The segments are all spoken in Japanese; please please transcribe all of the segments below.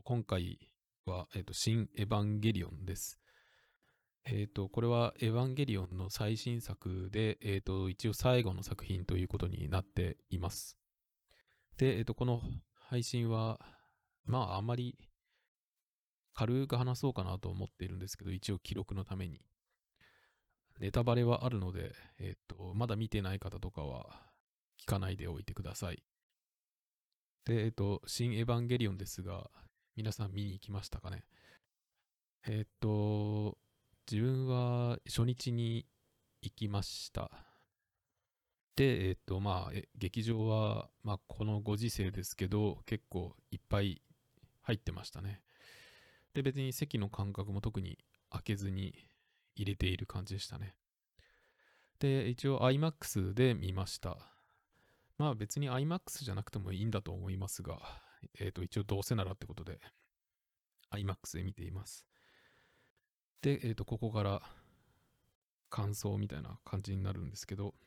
今回は、新エヴァンゲリオンです。これはエヴァンゲリオンの最新作で、一応最後の作品ということになっています。で、この配信は、あんまり軽く話そうかなと思っているんですけど、一応記録のために。ネタバレはあるので、まだ見てない方とかは聞かないでおいてください。で、新エヴァンゲリオンですが、皆さん見に行きましたかね。えっと、自分は初日に行きました。で、劇場は、このご時世ですけど、結構いっぱい入ってましたね。で、別に席の間隔も特に開けずに入れている感じでしたね。で、一応 IMAX で見ました。別に IMAX じゃなくてもいいんだと思いますが、一応どうせならってことで IMAX で見ています。で、ここから感想みたいな感じになるんですけど、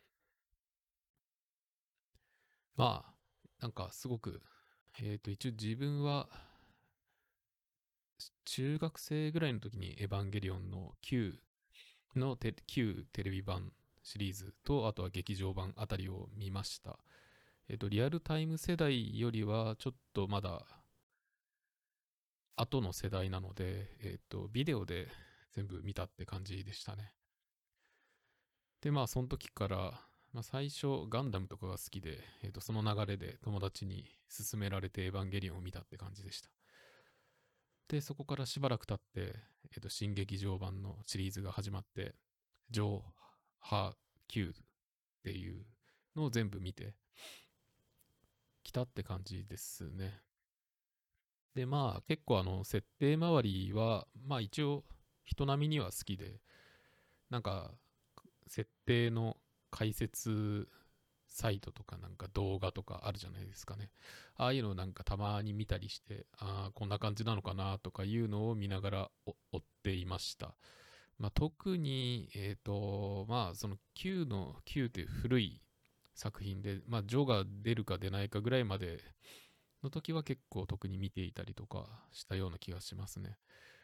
なんかすごく、一応自分は中学生ぐらいの時にエヴァンゲリオンの旧テレビ版シリーズと、あとは劇場版あたりを見ました。リアルタイム世代よりはちょっとまだ後の世代なので、ビデオで全部見たって感じでしたね。で、その時から、最初ガンダムとかが好きで、その流れで友達に勧められてエヴァンゲリオンを見たって感じでした。で、そこからしばらく経って、新劇場版のシリーズが始まって、上、波、級っていうのを全部見てきたって感じですね。で、結構設定周りは、一応人並みには好きで、なんか設定の解説サイトとかなんか動画とかあるじゃないですかね。ああいうのをなんかたまに見たりして、ああ、こんな感じなのかなとかいうのを見ながら追っていました。特に、その Q っていう古い作品で、ジョが出るか出ないかぐらいまでの時は結構特に見ていたりとかしたような気がしますね。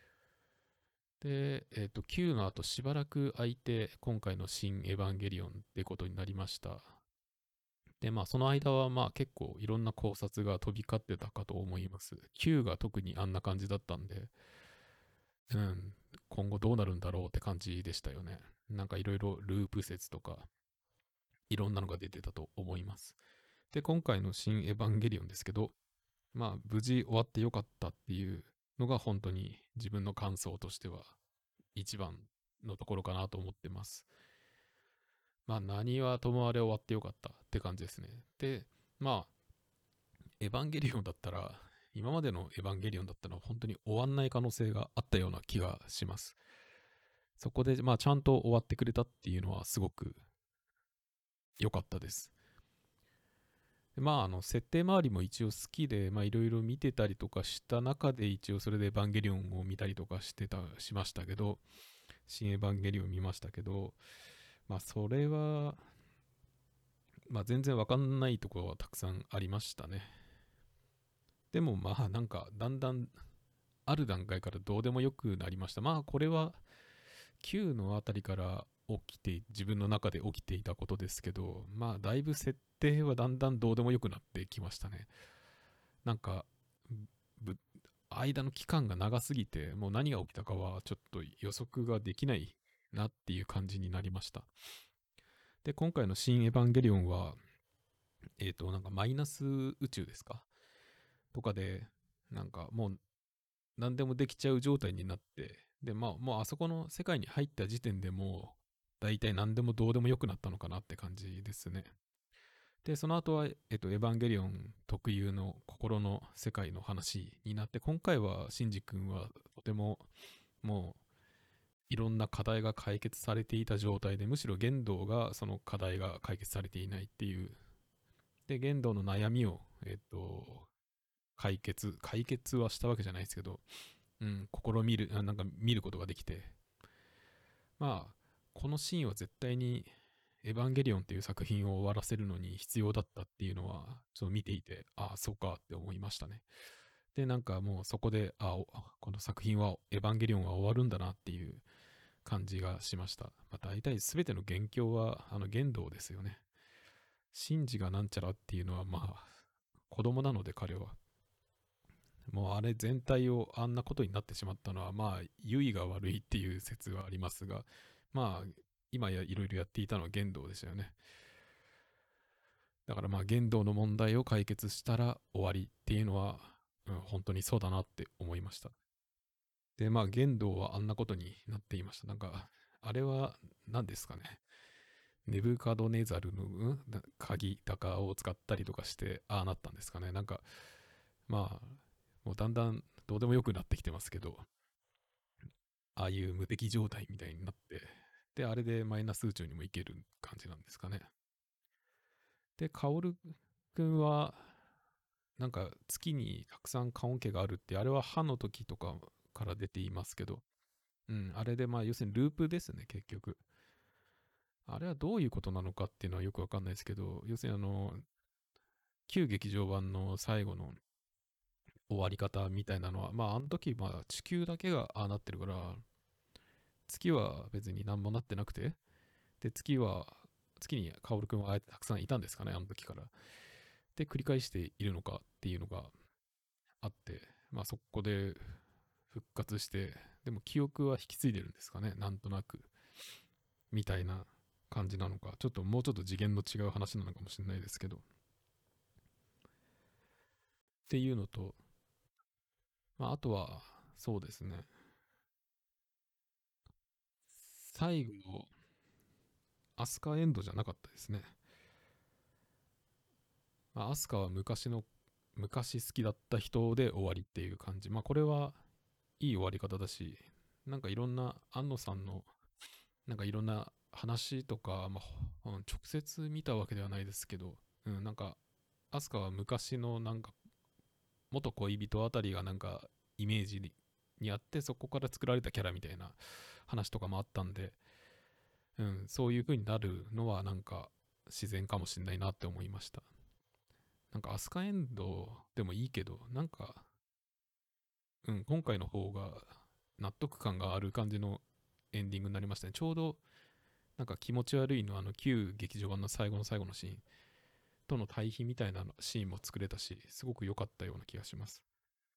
で、Q の後しばらく空いて、今回の新エヴァンゲリオンってことになりました。で、その間は結構いろんな考察が飛び交ってたかと思います。Q が特にあんな感じだったんで、うん、今後どうなるんだろうって感じでしたよね。なんかいろいろループ説とか、いろんなのが出てたと思います。で、今回の新エヴァンゲリオンですけど、無事終わってよかったっていうのが本当に自分の感想としては一番のところかなと思ってます。何はともあれ終わってよかったって感じですね。で、エヴァンゲリオンだったら、今までのエヴァンゲリオンだったら本当に終わんない可能性があったような気がします。そこで、ちゃんと終わってくれたっていうのはすごく良かったです。で設定周りも一応好きで、いろいろ見てたりとかした中で、一応それでエヴァンゲリオンを見たりとかしましたけど、新エヴァンゲリオン見ましたけど、それは、全然わかんないところはたくさんありましたね。でもなんか、だんだん、ある段階からどうでもよくなりました。これは、Q のあたりから自分の中で起きていたことですけど、だいぶ設定はだんだんどうでもよくなってきましたね。なんか、ぶ間の期間が長すぎて、もう何が起きたかはちょっと予測ができないなっていう感じになりました。で、今回の新エヴァンゲリオンは、なんかマイナス宇宙ですかとかで、なんかもう何でもできちゃう状態になって、で、もうあそこの世界に入った時点でもう、大体何でもどうでもよくなったのかなって感じですね。で、その後は、エヴァンゲリオン特有の心の世界の話になって、今回は、シンジ君はとても、もう、いろんな課題が解決されていた状態で、むしろ玄道がその課題が解決されていないっていう。で、玄道の悩みを、解決はしたわけじゃないですけど、うん、なんか見ることができて、このシーンは絶対にエヴァンゲリオンっていう作品を終わらせるのに必要だったっていうのは、ちょっと見ていて、ああ、そうかって思いましたね。 で、なんかもうそこで、この作品は、エヴァンゲリオンは終わるんだなっていう感じがしました。まあ、大体全ての元凶は、玄道ですよね。シンジがなんちゃらっていうのは、まあ、子供なので彼は。もうあれ全体をあんなことになってしまったのは、まあ、ユイが悪いっていう説はありますが、まあ、今いろいろやっていたのは言動でしたよね。だからまあ、言動の問題を解決したら終わりっていうのは、本当にそうだなって思いました。で、まあ、言動はあんなことになっていました。なんか、あれは何ですかね。ネブカドネザルの、鍵高を使ったりとかして、ああなったんですかね。なんか、まあ、もうだんだんどうでもよくなってきてますけど、ああいう無敵状態みたいになって、で、あれでマイナス宇宙にも行ける感じなんですかね。で、カオルくんは、なんか月にたくさん棺桶があるって、あれは歯の時とかから出ていますけど、あれでまあ要するにループですね、結局。あれはどういうことなのかっていうのはよくわかんないですけど、要するに旧劇場版の最後の終わり方みたいなのは、まああの時まあ地球だけがああなってるから、月は別に何もなってなくて、で、月に薫君はあえてたくさんいたんですかね、あの時から。で、繰り返しているのかっていうのがあって、まあそこで復活して、でも記憶は引き継いでるんですかね、なんとなく、みたいな感じなのか、もうちょっと次元の違う話なのかもしれないですけど、っていうのと、まああとは、そうですね、最後、アスカエンドじゃなかったですね。まあ、アスカは昔好きだった人で終わりっていう感じ。まあこれはいい終わり方だし、なんかいろんな、安野さんの、なんかいろんな話とか、まあ、直接見たわけではないですけど、なんか、アスカは昔のなんか、元恋人あたりがなんか、イメージにあって、そこから作られたキャラみたいな話とかもあったんで、そういう風になるのはなんか、自然かもしれないなって思いました。なんか、アスカエンドでもいいけど、なんか、今回の方が納得感がある感じのエンディングになりましたね。ちょうどなんか気持ち悪いの旧劇場版の最後の最後のシーンとの対比みたいなシーンも作れたし、すごく良かったような気がします。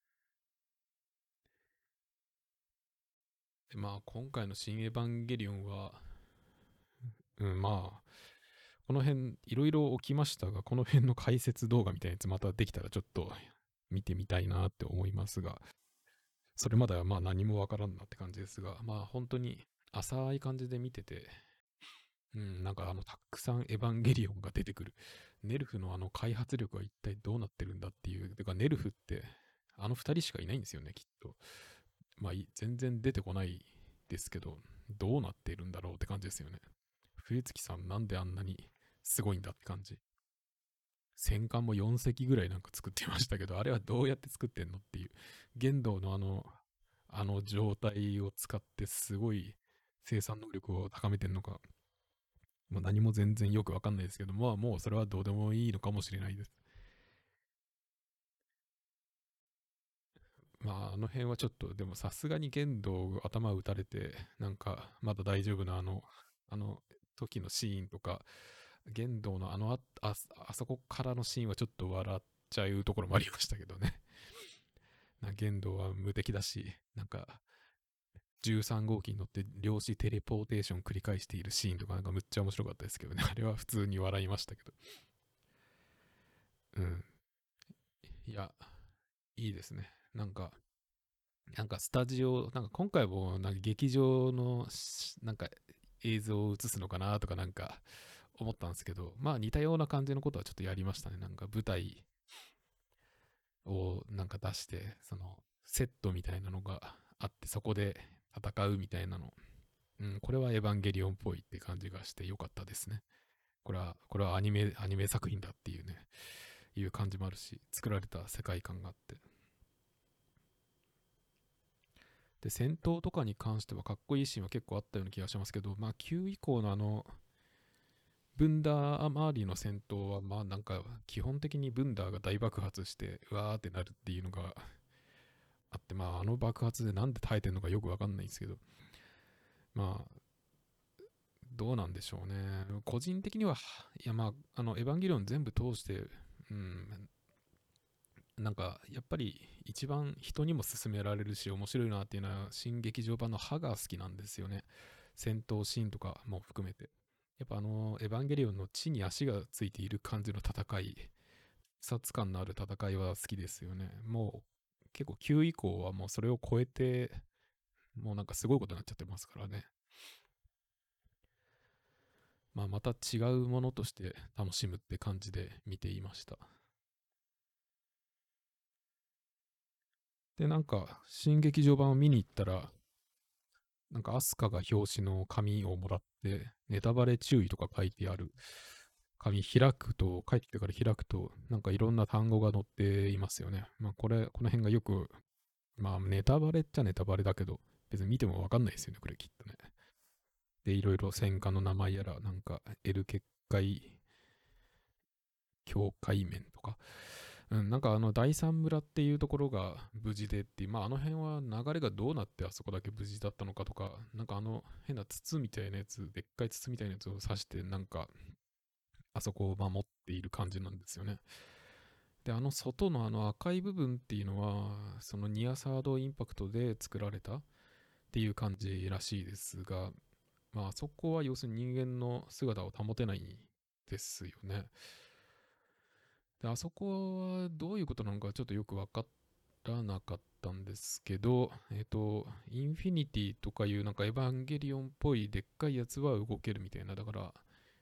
で、まあ今回の新エヴァンゲリオンは、まあ、この辺いろいろ起きましたが、この辺の解説動画みたいなやつまたできたらちょっと見てみたいなって思いますが、それまではまあ何もわからんなって感じですが、まあ本当に浅い感じで見てて、なんかたくさんエヴァンゲリオンが出てくる。ネルフの開発力は一体どうなってるんだっていう。てか、ネルフって、あの二人しかいないんですよね、きっと。まあ、全然出てこないですけど、どうなっているんだろうって感じですよね。冬月さんなんであんなにすごいんだって感じ。戦艦も4隻ぐらいなんか作ってましたけど、あれはどうやって作ってんのっていう。玄道のあの状態を使ってすごい生産能力を高めてんのか、もう何も全然よくわかんないですけど、まあもうそれはどうでもいいのかもしれないです。まああの辺はちょっと、でもさすがに剣道頭打たれて、なんかまだ大丈夫なあの時のシーンとか、剣道のあそこからのシーンはちょっと笑っちゃうところもありましたけどね。剣道は無敵だし、なんか13号機に乗って量子テレポーテーション繰り返しているシーンとかなんかむっちゃ面白かったですけどね。あれは普通に笑いましたけど。うん。いや、いいですね。なんかスタジオ、なんか今回もなんか劇場のなんか映像を映すのかなとかなんか思ったんですけど、まあ似たような感じのことはちょっとやりましたね。なんか舞台をなんか出して、そのセットみたいなのがあって、そこで戦うみたいなの。これはエヴァンゲリオンっぽいって感じがしてよかったですね。これはアニメ作品だっていうね、いう感じもあるし、作られた世界観があって。で、戦闘とかに関してはかっこいいシーンは結構あったような気がしますけど、まあ9以降のブンダー周りの戦闘は、まあなんか基本的にブンダーが大爆発して、うわーってなるっていうのがあって、まああの爆発でなんで耐えてんのかよくわかんないんですけど、まあどうなんでしょうね。個人的には、いやまあ、エヴァンゲリオン全部通して、うん、なんかやっぱり一番人にも勧められるし面白いなっていうのは新劇場版の歯が好きなんですよね。戦闘シーンとかも含めて。やっぱエヴァンゲリオンの地に足がついている感じの戦い、殺感のある戦いは好きですよね。もう結構9以降はもうそれを超えて、もうなんかすごいことになっちゃってますからね。まあまた違うものとして楽しむって感じで見ていました。で、なんか新劇場版を見に行ったら、なんかアスカが表紙の紙をもらって、ネタバレ注意とか書いてある紙開くと、帰ってきてから開くと、なんかいろんな単語が載っていますよね。まあこの辺がよく、まあネタバレっちゃネタバレだけど、別に見てもわかんないですよね、これきっとね。で、いろいろ戦艦の名前やら、なんか、エル結界、境界面とか、なんか第三村っていうところが無事でっていう、まああの辺は流れがどうなってあそこだけ無事だったのかとか、なんか変な筒みたいなやつ、でっかい筒みたいなやつを刺して、なんかあそこを守っている感じなんですよね。で、外の赤い部分っていうのは、そのニアサードインパクトで作られたっていう感じらしいですが、まあそこは要するに人間の姿を保てないんですよね。で、あそこはどういうことなのかちょっとよくわからなかったんですけど、インフィニティとかいうなんかエヴァンゲリオンっぽいでっかいやつは動けるみたいな。だから、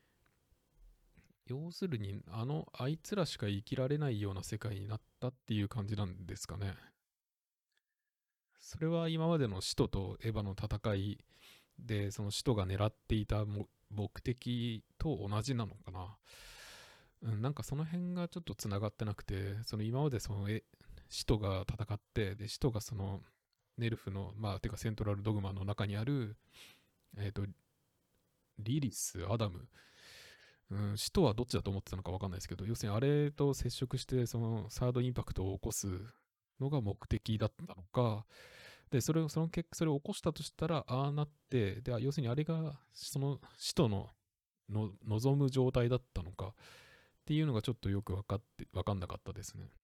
要するに、あいつらしか生きられないような世界になったっていう感じなんですかね。それは今までの使徒とエヴァの戦いで、その使徒が狙っていた目的と同じなのかな。なんかその辺がちょっとつながってなくて、その今までその使徒が戦って、で、使徒がそのネルフの、まあ、てかセントラルドグマの中にある、えっ、と、リリス、アダム、使徒はどっちだと思ってたのか分かんないですけど、要するにあれと接触して、そのサードインパクトを起こすのが目的だったのか、で、それを起こしたとしたら、ああなって、で、要するにあれが、その使徒の望む状態だったのかっていうのがちょっとよく分かんなかったですね。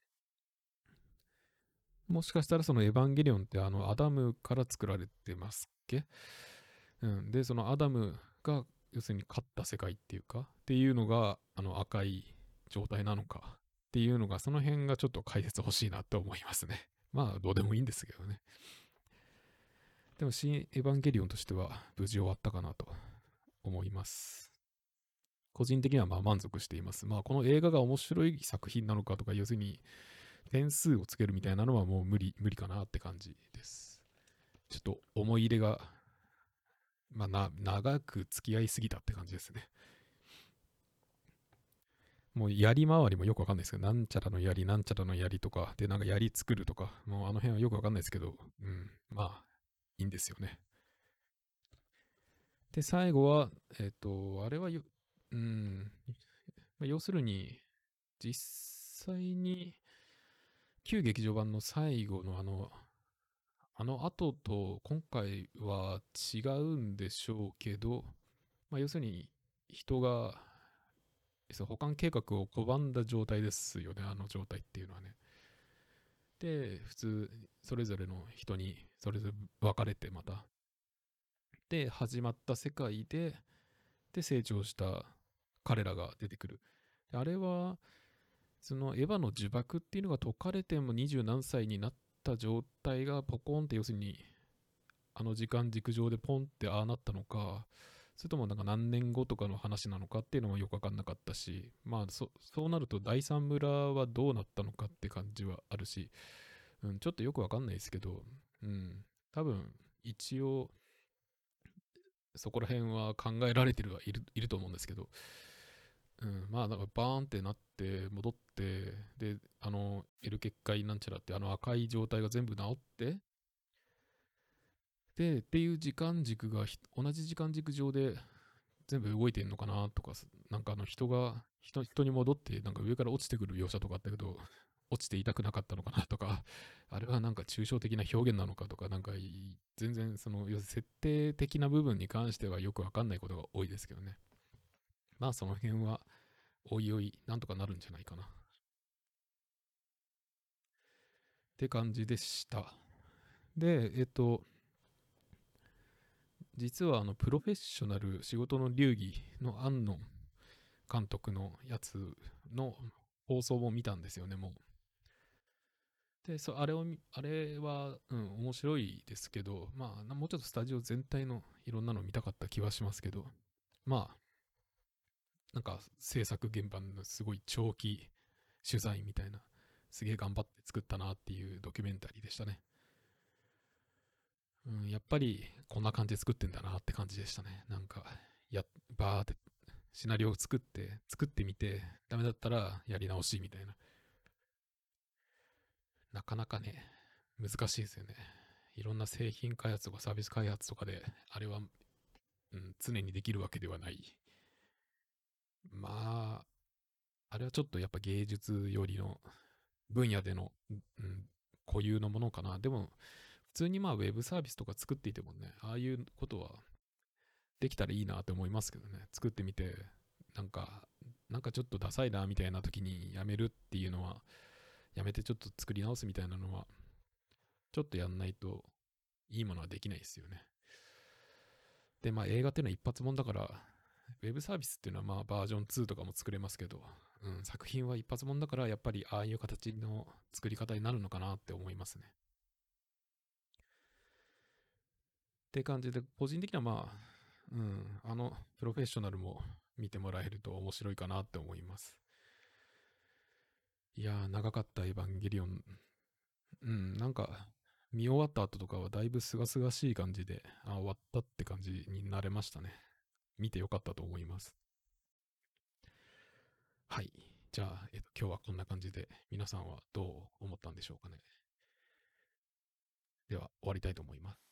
もしかしたらそのエヴァンゲリオンってアダムから作られてますっけ。で、そのアダムが要するに勝った世界っていうか、っていうのが赤い状態なのかっていうのが、その辺がちょっと解説欲しいなと思いますね。まあ、どうでもいいんですけどね。でも、新エヴァンゲリオンとしては無事終わったかなと思います。個人的にはまあ満足しています。まあ、この映画が面白い作品なのかとか、要するに点数をつけるみたいなのはもう無理かなって感じです。ちょっと思い入れが、まあ長く付き合いすぎたって感じですね。もう槍回りもよくわかんないですけど、なんちゃらの槍、なんちゃらの槍とか、で、なんか槍作るとか、もうあの辺はよくわかんないですけど、まあ、いいんですよね。で、最後は、あれはうん、要するに、実際に、旧劇場版の最後のあの後と今回は違うんでしょうけど、まあ、要するに人が保管計画を拒んだ状態ですよね、あの状態っていうのはね。で、普通、それぞれの人にそれぞれ分かれてまた。で、始まった世界で成長した彼らが出てくる。であれは、そのエヴァの呪縛っていうのが解かれても20何歳になった状態がポコンって要するにあの時間軸上でポンってああなったのか、それともなんか何年後とかの話なのかっていうのもよくわかんなかったし、まあそうなると第三村はどうなったのかって感じはあるし、ちょっとよくわかんないですけど、多分一応そこら辺は考えられていると思うんですけど、まあなんかバーンってなって戻って、で、L 結界なんちゃらって赤い状態が全部治って、で、っていう時間軸が同じ時間軸上で全部動いてんのかなとか、なんか人に戻ってなんか上から落ちてくる描写とかあったけど、 落ちて痛くなかったのかなとか、あれはなんか抽象的な表現なのかとか、なんか全然その、要するに設定的な部分に関してはよくわかんないことが多いですけどね。まあその辺は、おいおい、なんとかなるんじゃないかな。って感じでした。で、実はプロフェッショナル仕事の流儀の庵野監督のやつの放送も見たんですよね、もう。で、あれは、面白いですけど、まあ、もうちょっとスタジオ全体のいろんなの見たかった気はしますけど、まあ、なんか制作現場のすごい長期取材みたいな、すげえ頑張って作ったなっていうドキュメンタリーでしたね。やっぱりこんな感じで作ってんだなって感じでしたね。なんか、バーってシナリオを作ってみて、ダメだったらやり直しみたいな。なかなかね、難しいですよね。いろんな製品開発とかサービス開発とかで、あれは、常にできるわけではない。まあ、あれはちょっとやっぱ芸術よりの分野での、固有のものかな。でも、普通にまあウェブサービスとか作っていてもね、ああいうことはできたらいいなって思いますけどね。作ってみて、なんか、なんかちょっとダサいなみたいな時にやめるっていうのは、やめてちょっと作り直すみたいなのは、ちょっとやんないといいものはできないですよね。で、まあ映画っていうのは一発もんだから、ウェブサービスっていうのはまあバージョン2とかも作れますけど、作品は一発もんだから、やっぱりああいう形の作り方になるのかなって思いますね。って感じで、個人的にはまあ、プロフェッショナルも見てもらえると面白いかなって思います。いやー、長かったエヴァンゲリオン。なんか、見終わった後とかはだいぶ清々しい感じで、終わったって感じになれましたね。見てよかったと思います。はい。じゃあ、今日はこんな感じで、皆さんはどう思ったんでしょうかね。では、終わりたいと思います。